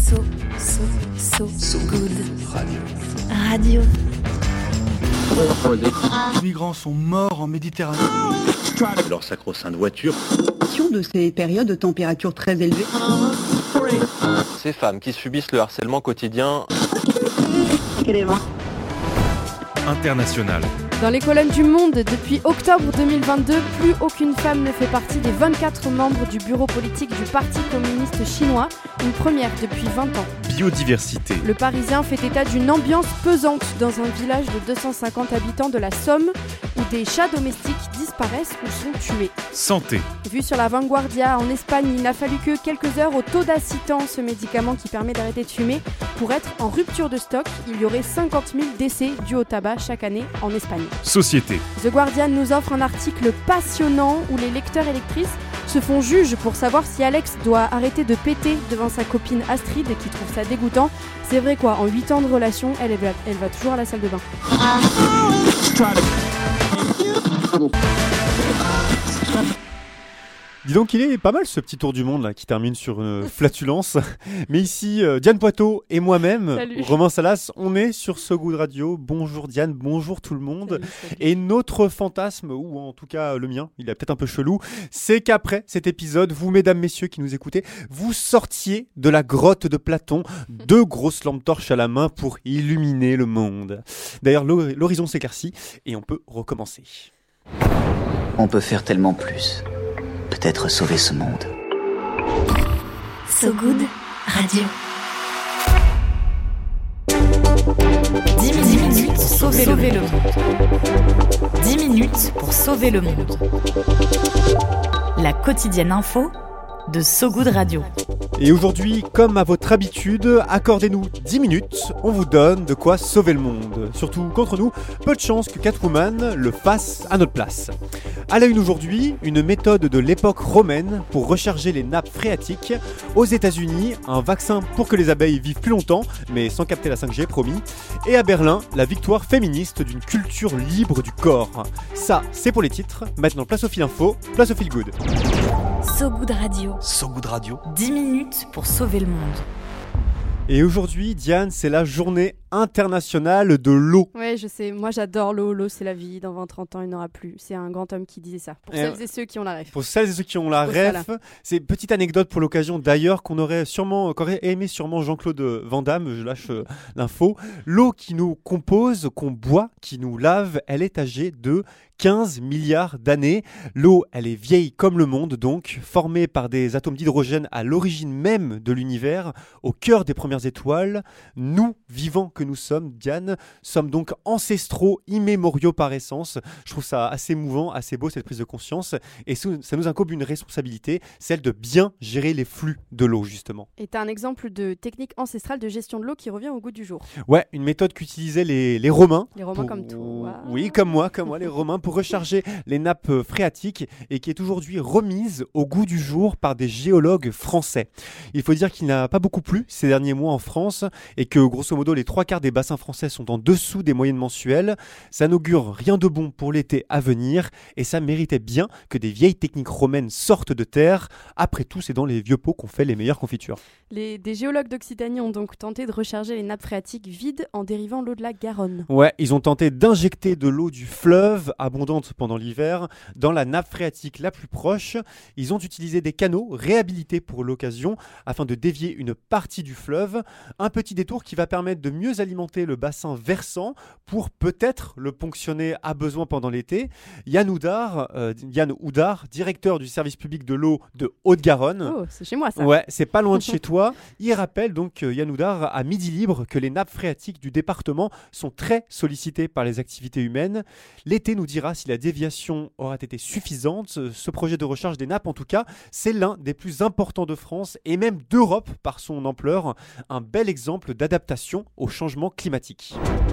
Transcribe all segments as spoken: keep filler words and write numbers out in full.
So, so, so, so good. Radio. Radio. Les migrants sont morts en Méditerranée. Leur sacro-sainte voiture. De ces périodes de température très élevées. Ces femmes qui subissent le harcèlement quotidien. International. Dans les colonnes du Monde, depuis octobre deux mille vingt-deux, plus aucune femme ne fait partie des vingt-quatre membres du bureau politique du Parti communiste chinois, une première depuis vingt ans. Biodiversité. Le Parisien fait état d'une ambiance pesante dans un village de deux cent cinquante habitants de la Somme, où des chats domestiques disparaissent ou sont tués. Santé. Vu sur la Vanguardia, en Espagne, il n'a fallu que quelques heures au Todacitan, ce médicament qui permet d'arrêter de fumer, pour être en rupture de stock. Il y aurait cinquante mille décès dus au tabac chaque année en Espagne. Société. The Guardian nous offre un article passionnant où les lecteurs et lectrices se font juges pour savoir si Alex doit arrêter de péter devant sa copine Astrid qui trouve ça dégoûtant. C'est vrai quoi, en huit ans de relation, elle, elle, va, elle va toujours à la salle de bain. Dis donc, il est pas mal ce petit tour du monde là qui termine sur une flatulence. Mais ici, euh, Diane Poitot et moi-même, Salut. Romain Salas, on est sur So Good Radio. Bonjour Diane, bonjour tout le monde. Salut, salut. Et notre fantasme, ou en tout cas le mien, il est peut-être un peu chelou, c'est qu'après cet épisode, vous mesdames, messieurs qui nous écoutez, vous sortiez de la grotte de Platon, deux grosses lampes torches à la main pour illuminer le monde. D'ailleurs, l'hor- l'horizon s'éclaircit et on peut recommencer. On peut faire tellement plus. Peut-être sauver ce monde. So good. Radio. dix minutes pour sauver, sauver le monde. dix minutes pour sauver le monde. La quotidienne info de So Good Radio. Et aujourd'hui, comme à votre habitude, accordez-nous dix minutes, on vous donne de quoi sauver le monde. Surtout contre nous, peu de chance que Catwoman le fasse à notre place. À la une aujourd'hui, une méthode de l'époque romaine pour recharger les nappes phréatiques. Aux États-Unis, un vaccin pour que les abeilles vivent plus longtemps, mais sans capter la cinq G, promis. Et à Berlin, la victoire féministe d'une culture libre du corps. Ça, c'est pour les titres. Maintenant, place au fil info, place au fil good. So Good Radio. So Good Radio. dix minutes pour sauver le monde. Et aujourd'hui, Diane, c'est la journée internationale de l'eau. Ouais, je sais, moi j'adore l'eau, l'eau c'est la vie, dans vingt trente ans il n'y en aura plus. C'est un grand homme qui disait ça, pour Et celles et ceux qui ont la ref. Pour celles et ceux qui ont la Au ref, salin. c'est une petite anecdote pour l'occasion d'ailleurs qu'on aurait sûrement, qu'aurait aimé sûrement Jean-Claude Van Damme, je lâche euh, l'info. L'eau qui nous compose, qu'on boit, qui nous lave, elle est âgée de quinze milliards d'années. L'eau, elle est vieille comme le monde, donc formée par des atomes d'hydrogène à l'origine même de l'univers, au cœur des premières étoiles. Nous, vivants que nous sommes, Diane, sommes donc ancestraux immémoriaux par essence. Je trouve ça assez émouvant, assez beau cette prise de conscience, et ça nous incombe une responsabilité, celle de bien gérer les flux de l'eau justement. Et t'as un exemple de technique ancestrale de gestion de l'eau qui revient au goût du jour. Ouais, une méthode qu'utilisaient les, les Romains. Les Romains comme toi. Oui, comme moi, comme moi, les Romains, pour recharger les nappes phréatiques et qui est aujourd'hui remise au goût du jour par des géologues français. Il faut dire qu'il n'a pas beaucoup plu ces derniers mois en France et que grosso modo les trois quarts des bassins français sont en dessous des moyennes mensuelles. Ça n'augure rien de bon pour l'été à venir et ça méritait bien que des vieilles techniques romaines sortent de terre. Après tout, c'est dans les vieux pots qu'on fait les meilleures confitures. Les, des géologues d'Occitanie ont donc tenté de recharger les nappes phréatiques vides en dérivant l'eau de la Garonne. Ouais, ils ont tenté d'injecter de l'eau du fleuve, abondante pendant l'hiver, dans la nappe phréatique la plus proche. Ils ont utilisé des canaux réhabilités pour l'occasion afin de dévier une partie du fleuve. Un petit détour qui va permettre de mieux alimenter le bassin versant pour peut-être le ponctionner à besoin pendant l'été. Yann Oudard, euh, Yann Oudard, directeur du service public de l'eau de Haute-Garonne. Oh, c'est chez moi ça. Ouais, c'est pas loin de chez toi. Il rappelle donc euh, Yann Oudard à Midi Libre que les nappes phréatiques du département sont très sollicitées par les activités humaines. L'été nous dira si la déviation aura été suffisante. Ce projet de recharge des nappes, en tout cas, c'est l'un des plus importants de France et même d'Europe par son ampleur. Un bel exemple d'adaptation au changement climatique.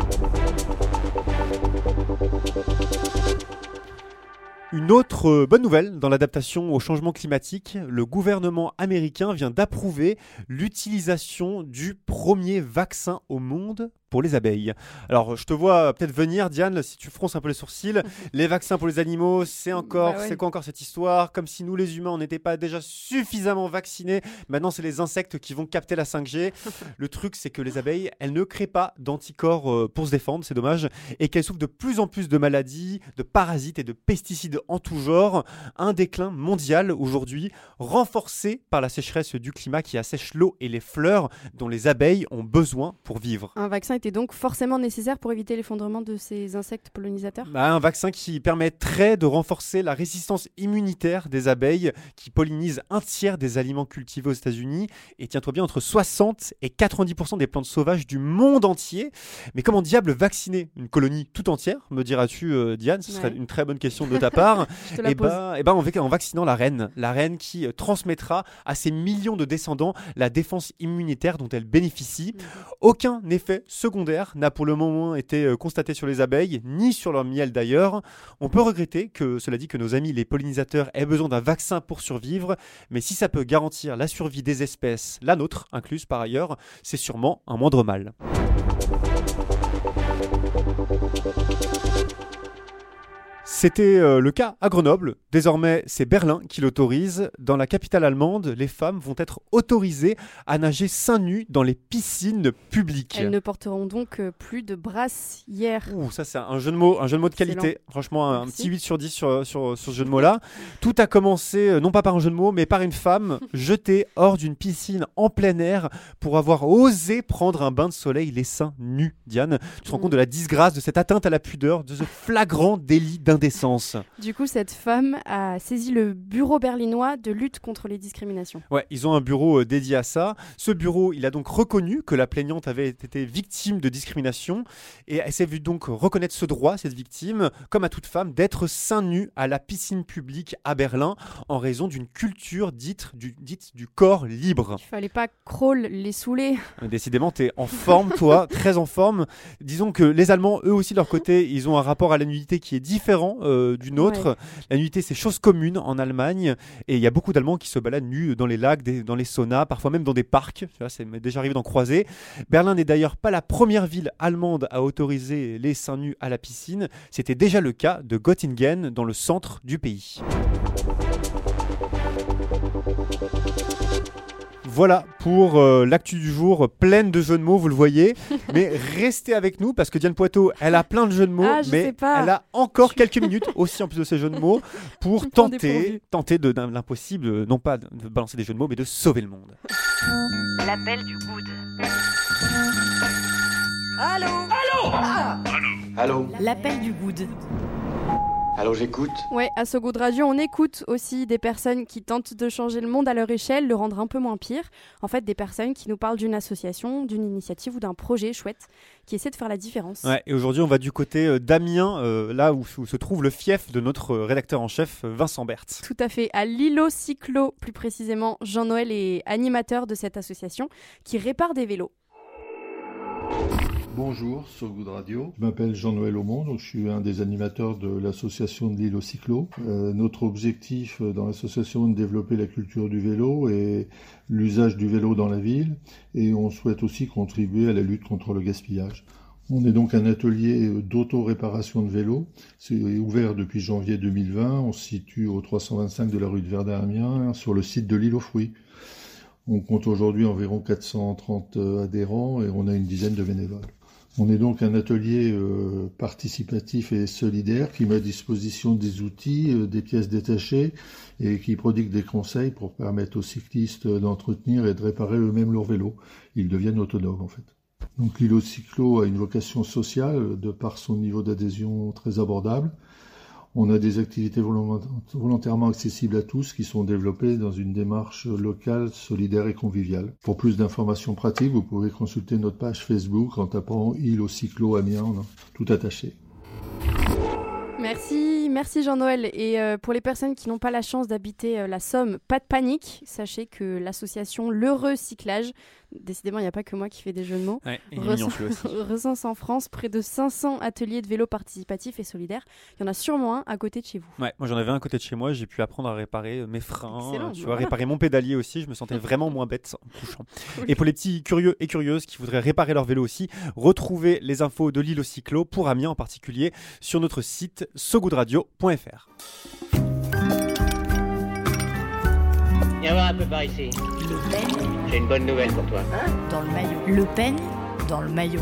Une autre euh, bonne nouvelle dans l'adaptation au changement climatique, le gouvernement américain vient d'approuver l'utilisation du premier vaccin au monde pour les abeilles. Alors, je te vois peut-être venir, Diane, si tu fronces un peu les sourcils. Les vaccins pour les animaux, c'est encore, Bah ouais. c'est quoi encore cette histoire? Comme si nous, les humains, on n'était pas déjà suffisamment vaccinés. Maintenant, c'est les insectes qui vont capter la cinq G. Le truc, c'est que les abeilles, elles ne créent pas d'anticorps euh, pour se défendre, c'est dommage, et qu'elles souffrent de plus en plus de maladies, de parasites et de pesticides en tout genre. Un déclin mondial aujourd'hui, renforcé par la sécheresse du climat qui assèche l'eau et les fleurs dont les abeilles ont besoin pour vivre. Un vaccin était donc forcément nécessaire pour éviter l'effondrement de ces insectes pollinisateurs? Bah, un vaccin qui permettrait de renforcer la résistance immunitaire des abeilles qui pollinisent un tiers des aliments cultivés aux États-Unis et tiens-toi bien entre soixante et quatre-vingt-dix pour cent des plantes sauvages du monde entier. Mais comment diable vacciner une colonie tout entière, me diras-tu, euh, Diane? Ce serait Ouais. une très bonne question de ta part. Je te la Et pose. ben, et ben en, vac- en vaccinant la reine, la reine qui euh, transmettra à ses millions de descendants la défense immunitaire dont elle bénéficie. Mhm. Aucun effet secondaire n'a pour le moment été euh, constaté sur les abeilles, ni sur leur miel d'ailleurs. On peut regretter que, cela dit, que nos amis les pollinisateurs aient besoin d'un vaccin pour survivre, mais si ça peut garantir la survie des espèces, la nôtre incluse par ailleurs, c'est sûrement un moindre mal. C'était euh, le cas à Grenoble. Désormais, c'est Berlin qui l'autorise. Dans la capitale allemande, les femmes vont être autorisées à nager seins nus dans les piscines publiques. Elles ne porteront donc euh, plus de brassière. Ouh, ça c'est un jeu de mots, un jeu de mots de Excellent. qualité. Franchement, un Merci. petit huit sur dix sur, sur, sur ce jeu de mots-là. Tout a commencé, euh, non pas par un jeu de mots, mais par une femme jetée hors d'une piscine en plein air pour avoir osé prendre un bain de soleil les seins nus. Diane, tu te rends Mm. compte de la disgrâce, de cette atteinte à la pudeur, de ce flagrant délit d'indécence. Du coup, cette femme a saisi le bureau berlinois de lutte contre les discriminations. Ouais, ils ont un bureau euh, dédié à ça. Ce bureau, il a donc reconnu que la plaignante avait été victime de discrimination et elle s'est vue donc reconnaître ce droit, cette victime, comme à toute femme, d'être seins nus à la piscine publique à Berlin en raison d'une culture dite du, dite du corps libre. Il fallait pas crawl les saouler. Décidément, t'es en forme, toi, très en forme. Disons que les Allemands, eux aussi, de leur côté, ils ont un rapport à la nudité qui est différent euh, du nôtre. Ouais. La nudité, c'est chose commune en Allemagne. Et il y a beaucoup d'Allemands qui se baladent nus dans les lacs, des- dans les saunas, parfois même dans des parcs. Tu vois, c'est m'est déjà arrivé d'en croiser. Berlin n'est d'ailleurs pas la première ville allemande à autoriser les seins nus à la piscine. C'était déjà le cas de Göttingen, dans le centre du pays. Voilà pour euh, l'actu du jour, pleine de jeux de mots, vous le voyez. Mais restez avec nous parce que Diane Poitot, elle a plein de jeux de mots, Ah, je mais sais pas. elle a encore quelques minutes aussi en plus de ces jeux de mots pour Tu me prends tenter, dépourvu. tenter de, d'un- l'impossible, euh, non pas de de balancer des jeux de mots, mais de sauver le monde. L'appel du good. Allô? L'appel du good. Allô, j'écoute. Ouais, à So Good Radio, on écoute aussi des personnes qui tentent de changer le monde à leur échelle, le rendre un peu moins pire. En fait, des personnes qui nous parlent d'une association, d'une initiative ou d'un projet chouette qui essaie de faire la différence. Ouais, et aujourd'hui, on va du côté euh, d'Amiens, euh, là où, où se trouve le fief de notre euh, rédacteur en chef, euh, Vincent Berthe. Tout à fait, à Lilo Cyclo, plus précisément. Jean-Noël est animateur de cette association qui répare des vélos. Bonjour, sur Good Radio. Je m'appelle Jean-Noël Aumont, donc je suis un des animateurs de l'association de l'île au cyclo. Euh, notre objectif euh, dans l'association est de développer la culture du vélo et l'usage du vélo dans la ville, et on souhaite aussi contribuer à la lutte contre le gaspillage. On est donc un atelier d'auto-réparation de vélos. C'est ouvert depuis janvier deux mille vingt. On se situe au trois cent vingt-cinq de la rue de Verdun à Amiens, sur le site de l'île aux fruits. On compte aujourd'hui environ quatre cent trente adhérents et on a une dizaine de bénévoles. On est donc un atelier euh, participatif et solidaire qui met à disposition des outils, euh, des pièces détachées et qui prodigue des conseils pour permettre aux cyclistes d'entretenir et de réparer eux-mêmes leur vélo. Ils deviennent autonomes en fait. Donc l'île au cyclo a une vocation sociale de par son niveau d'adhésion très abordable. On a des activités volontairement accessibles à tous qui sont développées dans une démarche locale, solidaire et conviviale. Pour plus d'informations pratiques, vous pouvez consulter notre page Facebook en tapant Île au cyclo Amiens, tout attaché. Merci, merci Jean-Noël. Et euh, pour les personnes qui n'ont pas la chance d'habiter euh, la Somme, pas de panique. Sachez que l'association Le Recyclage, décidément il n'y a pas que moi qui fais des jeux de mots, Ouais, et Rec- mignon, celui-là aussi. recense en France près de cinq cents ateliers de vélo participatifs et solidaires. Il y en a sûrement un à côté de chez vous. Ouais, moi j'en avais un à côté de chez moi, j'ai pu apprendre à réparer mes freins, Excellent, euh, tu bah vois, voilà. réparer mon pédalier aussi, je me sentais vraiment moins bête en couchant. Et pour les petits curieux et curieuses qui voudraient réparer leur vélo aussi, retrouvez les infos de l'île au cyclo, pour Amiens en particulier, sur notre site so good radio point f r. Viens voir un peu par ici. Le peigne J'ai une bonne nouvelle pour toi. dans le maillot. Le peigne dans le maillot.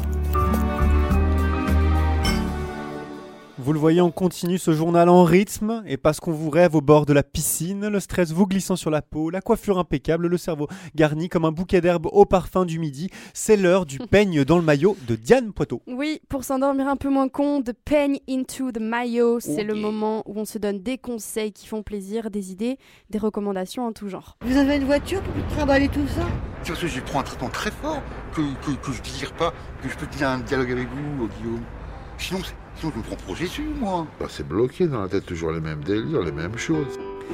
Vous le voyez, on continue ce journal en rythme, et parce qu'on vous rêve au bord de la piscine, le stress vous glissant sur la peau, la coiffure impeccable, le cerveau garni comme un bouquet d'herbes au parfum du midi, c'est l'heure du peigne dans le maillot de Diane Poitot. Oui, pour s'endormir un peu moins con, The Peigne into the Maillot, c'est Ok. le moment où on se donne des conseils qui font plaisir, des idées, des recommandations en tout genre. Vous avez une voiture pour trimballer tout ça? C'est parce que je prends un traitement très fort que, que, que je désire pas, que je peux tenir un dialogue avec vous, Guillaume. Sinon, c'est- sinon je me prends pour Jésus, moi. Bah, c'est bloqué dans la tête, toujours les mêmes délires, les mêmes choses.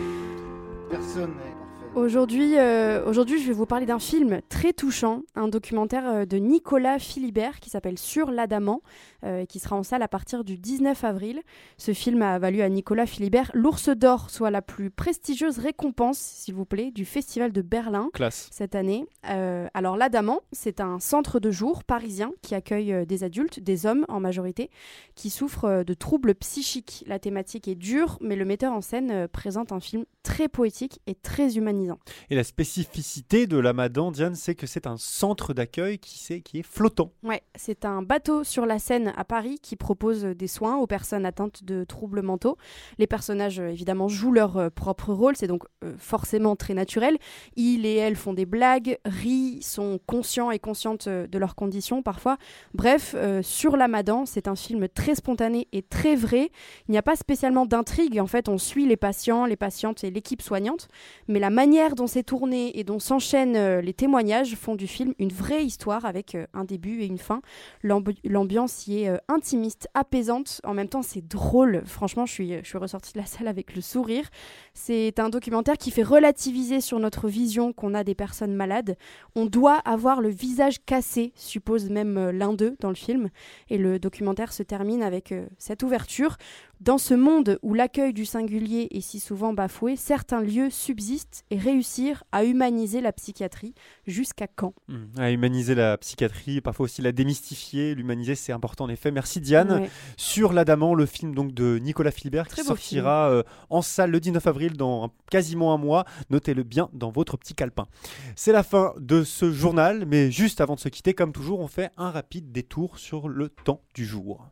Personne n'est parfait. Aujourd'hui, euh, aujourd'hui, je vais vous parler d'un film très touchant, un documentaire euh, de Nicolas Philibert qui s'appelle Sur l'Adamant, euh, et qui sera en salle à partir du dix-neuf avril. Ce film a valu à Nicolas Philibert l'Ours d'Or, soit la plus prestigieuse récompense, s'il vous plaît, du Festival de Berlin. Classe. Cette année. Euh, alors l'Adamant, c'est un centre de jour parisien qui accueille euh, des adultes, des hommes en majorité, qui souffrent euh, de troubles psychiques. La thématique est dure, mais le metteur en scène euh, présente un film très poétique et très humanisant. Et la spécificité de l'Amadan, Diane, c'est que c'est un centre d'accueil qui, c'est, qui est flottant. Ouais, c'est un bateau sur la Seine à Paris qui propose des soins aux personnes atteintes de troubles mentaux. Les personnages, euh, évidemment, jouent leur euh, propre rôle, c'est donc euh, forcément très naturel. Ils et elles font des blagues, rient, sont conscients et conscientes euh, de leurs conditions parfois. Bref, euh, Sur l'Amadan, c'est un film très spontané et très vrai. Il n'y a pas spécialement d'intrigue, en fait, on suit les patients, les patientes et l'équipe soignante, mais la manière dont c'est tourné et dont s'enchaînent euh, les témoignages font du film une vraie histoire avec euh, un début et une fin. L'ambi- l'ambiance y est euh, intimiste, apaisante, en même temps c'est drôle. Franchement, je suis, je suis ressortie de la salle avec le sourire. C'est un documentaire qui fait relativiser sur notre vision qu'on a des personnes malades. On doit avoir le visage cassé, suppose même euh, l'un d'eux dans le film. Et le documentaire se termine avec euh, cette ouverture. Dans ce monde où l'accueil du singulier est si souvent bafoué, certains lieux subsistent et réussir à humaniser la psychiatrie. Jusqu'à quand ? Mmh. À humaniser la psychiatrie, parfois aussi la démystifier, l'humaniser, c'est important en effet. Merci Diane. Ouais. Sur l'Adamant, le film donc de Nicolas Philibert Très qui beau sortira euh, en salle le dix-neuf avril dans un- quasiment un mois. Notez-le bien dans votre petit calepin. C'est la fin de ce journal, mais juste avant de se quitter, comme toujours, on fait un rapide détour sur le temps du jour.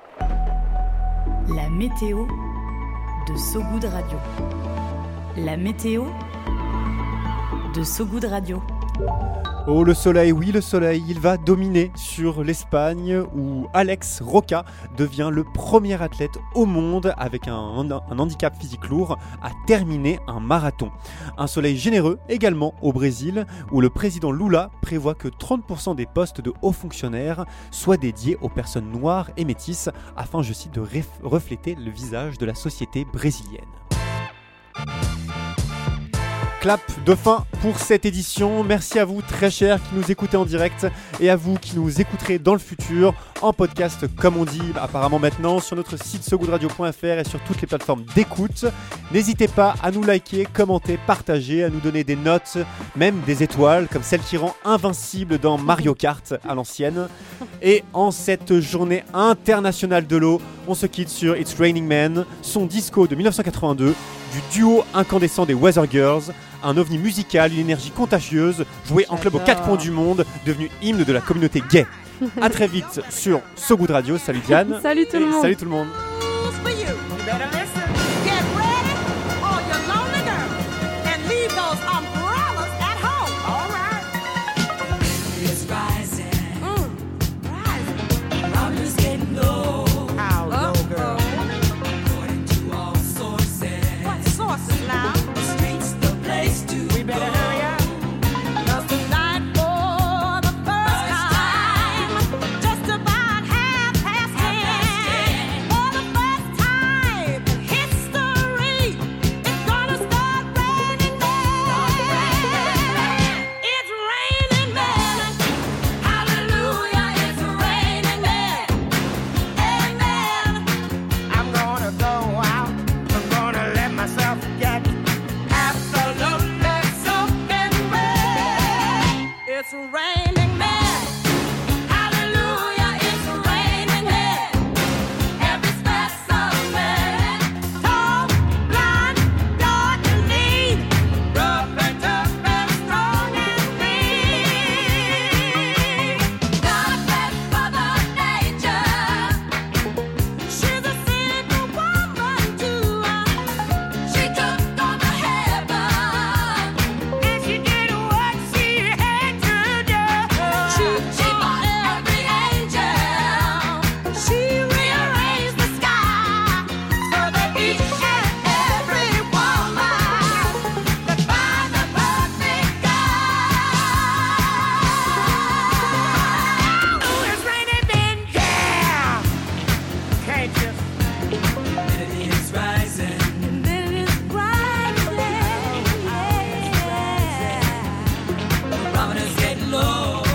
La météo de So Good Radio. La météo de So Good Radio. Oh, le soleil, oui, le soleil, il va dominer sur l'Espagne où Alex Roca devient le premier athlète au monde avec un, un handicap physique lourd à terminer un marathon. Un soleil généreux également au Brésil où le président Lula prévoit que trente pour cent des postes de hauts fonctionnaires soient dédiés aux personnes noires et métisses afin, je cite, de ref- refléter le visage de la société brésilienne. Clap de fin pour cette édition. Merci à vous très chers qui nous écoutez en direct et à vous qui nous écouterez dans le futur en podcast comme on dit apparemment maintenant sur notre site so good radio point f r et sur toutes les plateformes d'écoute. N'hésitez pas à nous liker, commenter, partager, à nous donner des notes, même des étoiles comme celle qui rend invincible dans Mario Kart à l'ancienne. Et en cette journée internationale de l'eau, on se quitte sur It's Raining Men, son disco de dix-neuf cent quatre-vingt-deux, du duo incandescent des Weather Girls, un ovni musical, une énergie contagieuse, joué en club aux quatre coins du monde, devenu hymne de la communauté gay. A très vite sur So Good Radio. Salut Diane. Salut tout le Et monde. Salut tout le monde. It's raining men. Hallelujah, it's raining men. Every specimen, tall, blind, dark and lean, rough and tough and strong and mean. God bless Mother Nature. She's a single woman too. She took on the heaven and she did what she had to do. She, she fought every angel. She rearranged the sky so that each and every woman could find the perfect guy. Oh, it's raining men, yeah. Can't you? Melody is rising. Melody is rising. Yeah. The barometer's getting low.